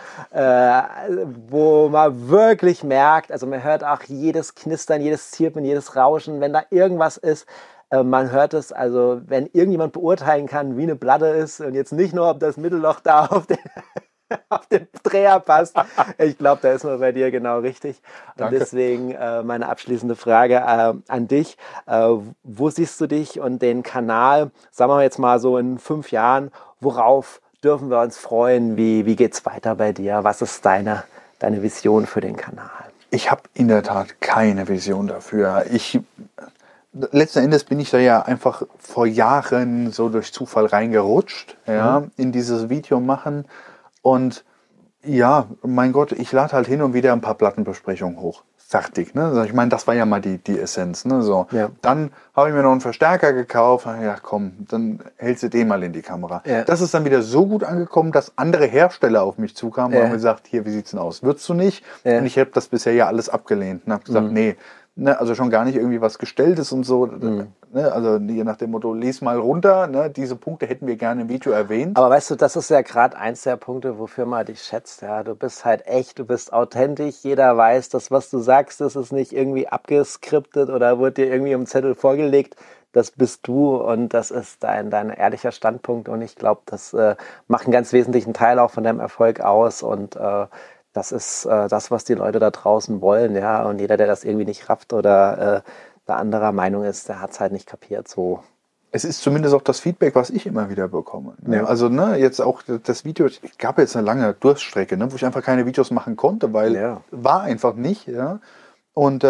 wo man wirklich merkt, also man hört auch jedes Knistern, jedes Zirpen, jedes Rauschen, wenn da irgendwas ist, man hört es, also wenn irgendjemand beurteilen kann, wie eine Platte ist und jetzt nicht nur, ob das Mittelloch da auf den Dreher passt, ich glaube, da ist man bei dir genau richtig. Danke. Und deswegen meine abschließende Frage an dich, wo siehst du dich und den Kanal, sagen wir jetzt mal so in 5 Jahren, worauf dürfen wir uns freuen? Wie geht's weiter bei dir? Was ist deine Vision für den Kanal? Ich habe in der Tat keine Vision dafür. Letzten Endes bin ich da ja einfach vor Jahren so durch Zufall reingerutscht, in dieses Video machen. Und mein Gott, ich lade halt hin und wieder ein paar Plattenbesprechungen hoch. fertig. Ne? Ich meine, das war ja mal die Essenz. Ne? So. Ja. Dann habe ich mir noch einen Verstärker gekauft. Ja, komm, dann hältst du den mal in die Kamera. Ja. Das ist dann wieder so gut angekommen, dass andere Hersteller auf mich zukamen und haben gesagt, hier, wie sieht's denn aus? Würdest du nicht? Ja. Und ich habe das bisher ja alles abgelehnt und habe gesagt, nee. Ne, also schon gar nicht irgendwie was Gestelltes und so. Ne, also je nach dem Motto, lies mal runter. Ne, diese Punkte hätten wir gerne im Video erwähnt. Aber weißt du, das ist ja gerade eins der Punkte, wofür man dich schätzt. Ja, du bist halt echt, du bist authentisch. Jeder weiß, dass was du sagst, das ist nicht irgendwie abgeskriptet oder wurde dir irgendwie im Zettel vorgelegt. Das bist du und das ist dein ehrlicher Standpunkt. Und ich glaube, das macht einen ganz wesentlichen Teil auch von deinem Erfolg aus. Und das ist das, was die Leute da draußen wollen, ja. Und jeder, der das irgendwie nicht rafft oder da anderer Meinung ist, der hat es halt nicht kapiert. So. Es ist zumindest auch das Feedback, was ich immer wieder bekomme. Ja. Also jetzt auch das Video, es gab jetzt eine lange Durststrecke, wo ich einfach keine Videos machen konnte, weil war einfach nicht. Ja. Und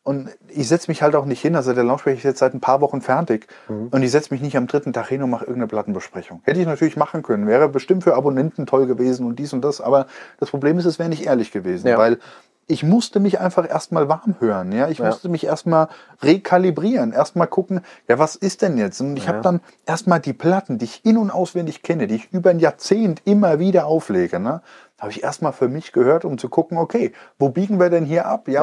ich setze mich halt auch nicht hin, also der Lautsprecher ist jetzt seit ein paar Wochen fertig und ich setze mich nicht am 3. Tag hin und mache irgendeine Plattenbesprechung. Hätte ich natürlich machen können, wäre bestimmt für Abonnenten toll gewesen und dies und das, aber das Problem ist, es wäre nicht ehrlich gewesen, weil ich musste mich einfach erstmal warm hören, ja, ich musste mich erstmal rekalibrieren, erstmal gucken, ja, was ist denn jetzt? Und ich habe dann erstmal die Platten, die ich in- und auswendig kenne, die ich über ein Jahrzehnt immer wieder auflege, ne, habe ich erstmal für mich gehört, um zu gucken, okay, wo biegen wir denn hier ab? Ja,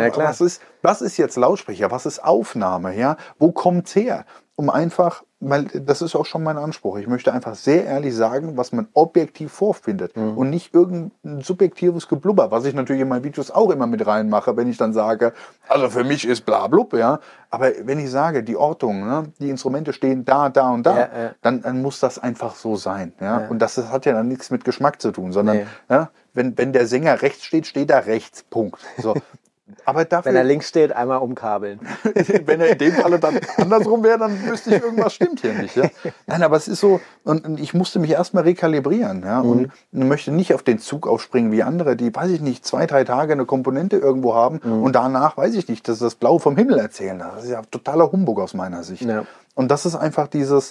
was ist jetzt Lautsprecher? Was ist Aufnahme? Ja, wo kommt's her? Um einfach, weil das ist auch schon mein Anspruch. Ich möchte einfach sehr ehrlich sagen, was man objektiv vorfindet und nicht irgendein subjektives Geblubber, was ich natürlich in meinen Videos auch immer mit reinmache, wenn ich dann sage, also für mich ist bla blub, ja. Aber wenn ich sage, die Ortung, ne, die Instrumente stehen da und da, dann muss das einfach so sein, ja. Und das hat ja dann nichts mit Geschmack zu tun, sondern ja, wenn der Sänger rechts steht, steht er rechts. Punkt. So. Aber dafür, wenn er links steht, einmal umkabeln. Wenn er in dem Falle dann andersrum wäre, dann wüsste ich, irgendwas stimmt hier nicht. Ja? Nein, aber es ist so, und ich musste mich erstmal rekalibrieren. Ja? Und möchte nicht auf den Zug aufspringen wie andere, die, weiß ich nicht, 2-3 Tage eine Komponente irgendwo haben und danach, weiß ich nicht, dass das Blau vom Himmel erzählen. Das ist ja totaler Humbug aus meiner Sicht. Ja. Und das ist einfach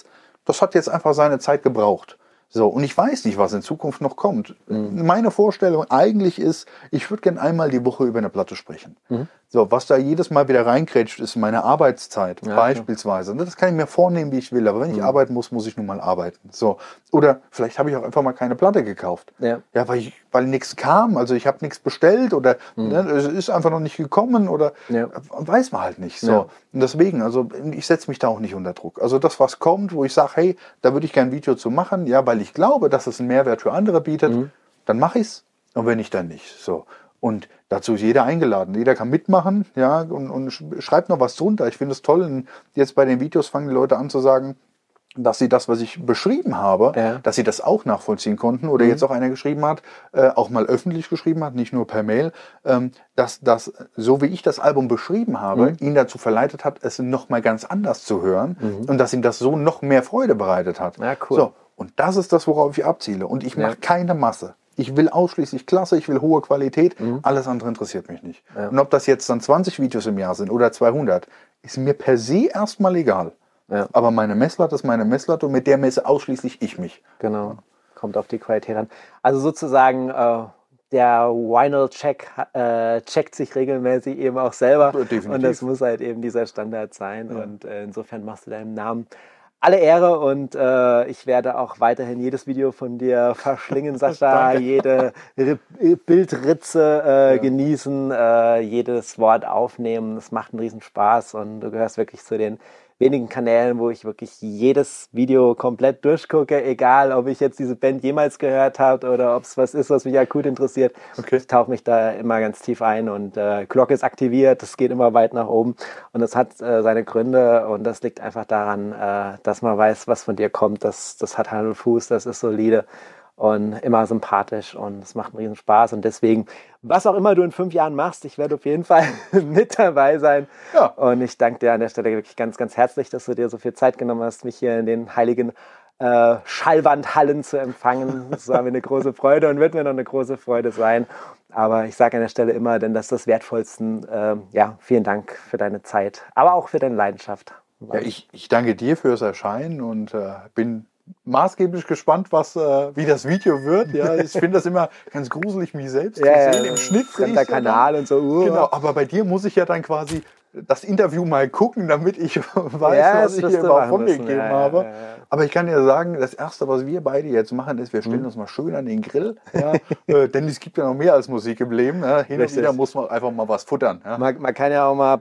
das hat jetzt einfach seine Zeit gebraucht. So, und ich weiß nicht, was in Zukunft noch kommt. Meine Vorstellung eigentlich ist, ich würde gerne einmal die Woche über eine Platte sprechen. So, was da jedes Mal wieder reinkrätscht, ist meine Arbeitszeit, beispielsweise. Das kann ich mir vornehmen, wie ich will. Aber wenn ich arbeiten muss, muss ich nun mal arbeiten. So. Oder vielleicht habe ich auch einfach mal keine Platte gekauft. Ja, weil nichts kam. Also ich habe nichts bestellt oder es ist einfach noch nicht gekommen oder weiß man halt nicht. So. Ja. Und deswegen, also ich setze mich da auch nicht unter Druck. Also das, was kommt, wo ich sage, hey, da würde ich gerne ein Video zu machen, ja, weil ich glaube, dass es einen Mehrwert für andere bietet, dann mache ich es. Und wenn nicht, dann nicht. So. Und dazu ist jeder eingeladen. Jeder kann mitmachen, ja, und schreibt noch was drunter. Ich finde es toll. Und jetzt bei den Videos fangen die Leute an zu sagen, dass sie das, was ich beschrieben habe, dass sie das auch nachvollziehen konnten. Oder jetzt auch einer geschrieben hat, auch mal öffentlich geschrieben hat, nicht nur per Mail, dass das, so wie ich das Album beschrieben habe, ihn dazu verleitet hat, es noch mal ganz anders zu hören und dass ihm das so noch mehr Freude bereitet hat. Ja, cool. So, und das ist das, worauf ich abziele. Und ich mache keine Masse. Ich will ausschließlich Klasse, ich will hohe Qualität, alles andere interessiert mich nicht. Ja. Und ob das jetzt dann 20 Videos im Jahr sind oder 200, ist mir per se erstmal egal. Ja. Aber meine Messlatte ist meine Messlatte und mit der messe ausschließlich ich mich. Genau, kommt auf die Qualität an. Also sozusagen der Vinyl-Check checkt sich regelmäßig eben auch selber. Definitiv. Und das muss halt eben dieser Standard sein. Ja. Und insofern machst du deinem Namen alle Ehre und ich werde auch weiterhin jedes Video von dir verschlingen, Sascha, jede Bildritze genießen, jedes Wort aufnehmen. Es macht einen riesen Spaß und du gehörst wirklich zu den wenigen Kanälen, wo ich wirklich jedes Video komplett durchgucke, egal ob ich jetzt diese Band jemals gehört habe oder ob es was ist, was mich akut interessiert. Okay. Ich tauche mich da immer ganz tief ein und Glocke ist aktiviert, es geht immer weit nach oben und das hat seine Gründe und das liegt einfach daran, dass man weiß, was von dir kommt. Das hat Hand und Fuß, das ist solide und immer sympathisch und es macht einen riesen Spaß und deswegen, was auch immer du in 5 Jahren machst, ich werde auf jeden Fall mit dabei sein. Ja. Und ich danke dir an der Stelle wirklich ganz, ganz herzlich, dass du dir so viel Zeit genommen hast, mich hier in den heiligen Schallwandhallen zu empfangen. Das war mir eine große Freude und wird mir noch eine große Freude sein. Aber ich sage an der Stelle immer, denn das ist das Wertvollste. Vielen Dank für deine Zeit, aber auch für deine Leidenschaft. Ja, ich danke dir fürs Erscheinen und bin maßgeblich gespannt, wie das Video wird. Ja, ich finde das immer ganz gruselig, mich selbst zu sehen. Im Schnitt fremder Kanal und so. Genau, aber bei dir muss ich ja dann quasi das Interview mal gucken, damit ich weiß, was ich hier überhaupt von mir gegeben habe. Aber ich kann ja sagen, das Erste, was wir beide jetzt machen, ist, wir stellen uns mal schön an den Grill. Ja, denn es gibt ja noch mehr als Musik im Leben. Ja. Hin und wieder muss man einfach mal was futtern. Ja. Man kann ja auch mal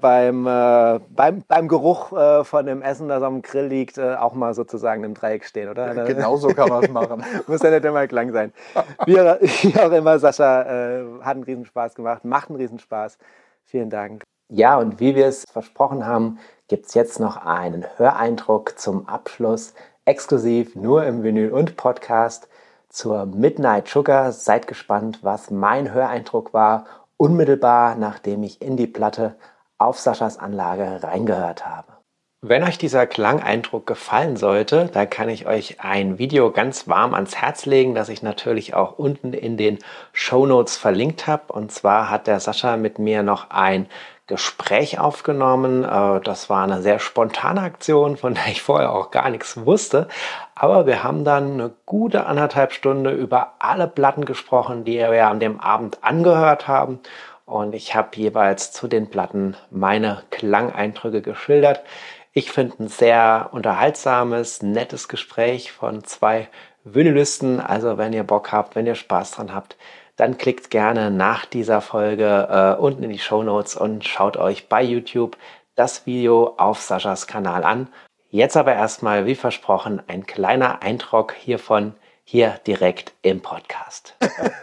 beim Geruch von dem Essen, das am Grill liegt, auch mal sozusagen im Dreieck stehen, oder? Ja, genau so kann man es machen. Muss ja nicht immer Klang sein. Wie auch immer, Sascha, hat einen Riesenspaß gemacht, macht einen Riesenspaß. Vielen Dank. Ja, und wie wir es versprochen haben, gibt es jetzt noch einen Höreindruck zum Abschluss, exklusiv nur im Vinyl und Podcast zur Midnight Sugar. Seid gespannt, was mein Höreindruck war, unmittelbar nachdem ich in die Platte auf Saschas Anlage reingehört habe. Wenn euch dieser Klangeindruck gefallen sollte, dann kann ich euch ein Video ganz warm ans Herz legen, das ich natürlich auch unten in den Shownotes verlinkt habe. Und zwar hat der Sascha mit mir noch ein Gespräch aufgenommen. Das war eine sehr spontane Aktion, von der ich vorher auch gar nichts wusste. Aber wir haben dann eine gute 1,5 Stunden über alle Platten gesprochen, die wir an dem Abend angehört haben. Und ich habe jeweils zu den Platten meine Klangeindrücke geschildert. Ich finde ein sehr unterhaltsames, nettes Gespräch von zwei Vinylisten. Also wenn ihr Bock habt, wenn ihr Spaß dran habt, dann klickt gerne nach dieser Folge unten in die Shownotes und schaut euch bei YouTube das Video auf Saschas Kanal an. Jetzt aber erstmal, wie versprochen, ein kleiner Eindruck hiervon, hier direkt im Podcast.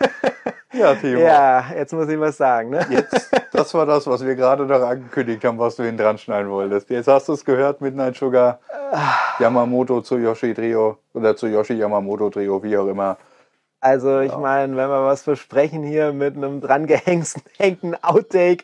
Ja, Timo. Ja, jetzt muss ich was sagen. Ne? Jetzt, das war das, was wir gerade noch angekündigt haben, was du hinten dran schneiden wolltest. Jetzt hast du es gehört, Midnight Sugar, Yamamoto zu Yoshi Trio oder zu Yoshi Yamamoto Trio, wie auch immer. Also ich meine, wenn wir was versprechen hier mit einem dran gehängten Outtake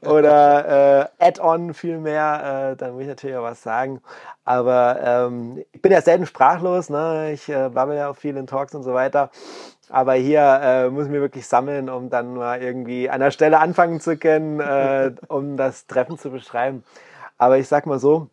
oder Add-on vielmehr, dann muss ich natürlich auch was sagen. Aber ich bin ja selten sprachlos, ne? Ich babbel ja auch viel in Talks und so weiter. Aber hier muss ich mir wirklich sammeln, um dann mal irgendwie an der Stelle anfangen zu können, um das Treffen zu beschreiben. Aber ich sag mal so,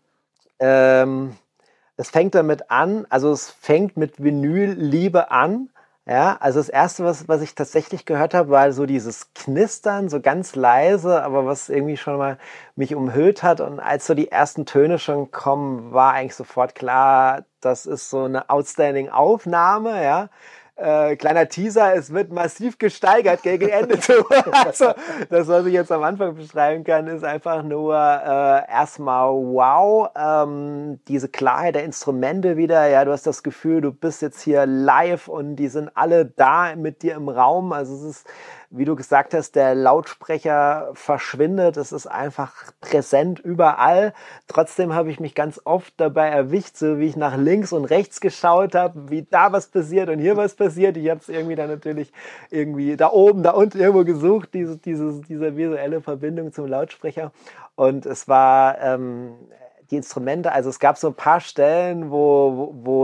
es fängt damit an, also es fängt mit Vinyl-Liebe an. Ja, also das Erste, was ich tatsächlich gehört habe, war so dieses Knistern, so ganz leise, aber was irgendwie schon mal mich umhüllt hat. Und als so die ersten Töne schon kommen, war eigentlich sofort klar, das ist so eine outstanding Aufnahme, ja. Kleiner Teaser, es wird massiv gesteigert gegen Ende. Also das, was ich jetzt am Anfang beschreiben kann, ist einfach nur erstmal wow, diese Klarheit der Instrumente wieder, ja, du hast das Gefühl, du bist jetzt hier live und die sind alle da mit dir im Raum, also es ist, wie du gesagt hast, der Lautsprecher verschwindet, es ist einfach präsent überall. Trotzdem habe ich mich ganz oft dabei erwischt, so wie ich nach links und rechts geschaut habe, wie da was passiert und hier was passiert. Ich habe es irgendwie dann natürlich irgendwie da oben, da unten irgendwo gesucht, diese visuelle Verbindung zum Lautsprecher. Und es war die Instrumente, also es gab so ein paar Stellen, wo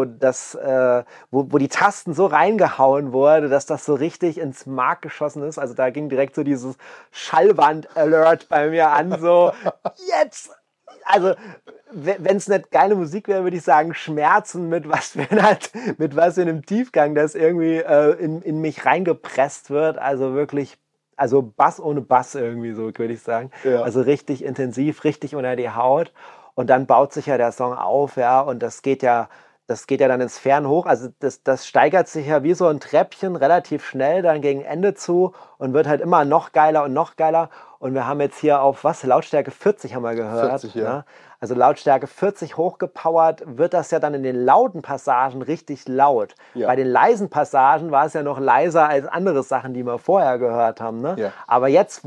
die Tasten so reingehauen wurde, dass das so richtig ins Mark geschossen ist. Also da ging direkt so dieses Schallwand-Alert bei mir an, so jetzt! Also wenn es nicht geile Musik wäre, würde ich sagen Schmerzen mit was für einem Tiefgang das irgendwie in mich reingepresst wird. Also wirklich, also Bass ohne Bass irgendwie so, würde ich sagen. Ja. Also richtig intensiv, richtig unter die Haut. Und dann baut sich ja der Song auf, ja, und das geht ja dann ins Fern hoch. Also das steigert sich ja wie so ein Treppchen relativ schnell dann gegen Ende zu und wird halt immer noch geiler und noch geiler. Und wir haben jetzt hier auf Lautstärke 40 haben wir gehört. 40, ja. Ne? Also Lautstärke 40 hochgepowert, wird das ja dann in den lauten Passagen richtig laut. Ja. Bei den leisen Passagen war es ja noch leiser als andere Sachen, die wir vorher gehört haben. Ne? Ja. Aber jetzt,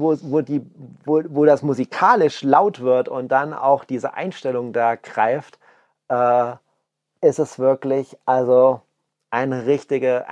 wo das musikalisch laut wird und dann auch diese Einstellung da greift, ist es wirklich also ein richtiger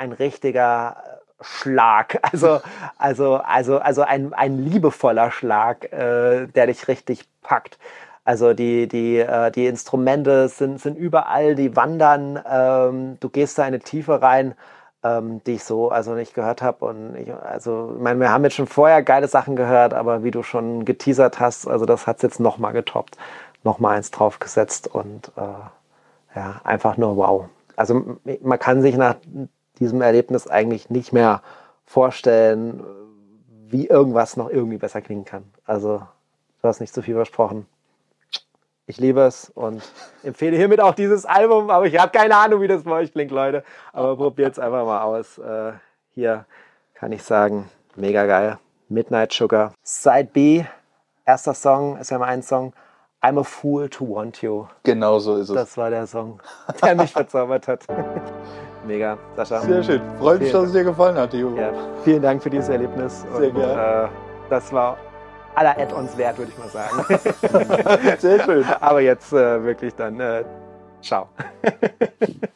Schlag, also ein liebevoller Schlag, der dich richtig packt. Also die Instrumente sind überall, die wandern, du gehst da in eine Tiefe rein, die ich so also nicht gehört habe. Und ich meine, wir haben jetzt schon vorher geile Sachen gehört, aber wie du schon geteasert hast, also das hat es jetzt nochmal getoppt, nochmal eins draufgesetzt und ja, einfach nur wow. Also man kann sich nach diesem Erlebnis eigentlich nicht mehr vorstellen, wie irgendwas noch irgendwie besser klingen kann. Also du hast nicht zu viel versprochen. Ich liebe es und empfehle hiermit auch dieses Album, aber ich habe keine Ahnung, wie das bei euch klingt, Leute. Aber probiert es einfach mal aus. Hier kann ich sagen, mega geil. Midnight Sugar. Side B, erster Song, SM1-Song, I'm a Fool to Want You. Genau so ist es. Das war der Song, der mich verzaubert hat. Mega, Sascha. Sehr schön. Freut mich, dass es dir gefallen hat, Hugo. Ja, vielen Dank für dieses Erlebnis. Sehr gerne. Das war aller Add-ons wert, würde ich mal sagen. Sehr schön. Aber jetzt wirklich dann, ciao.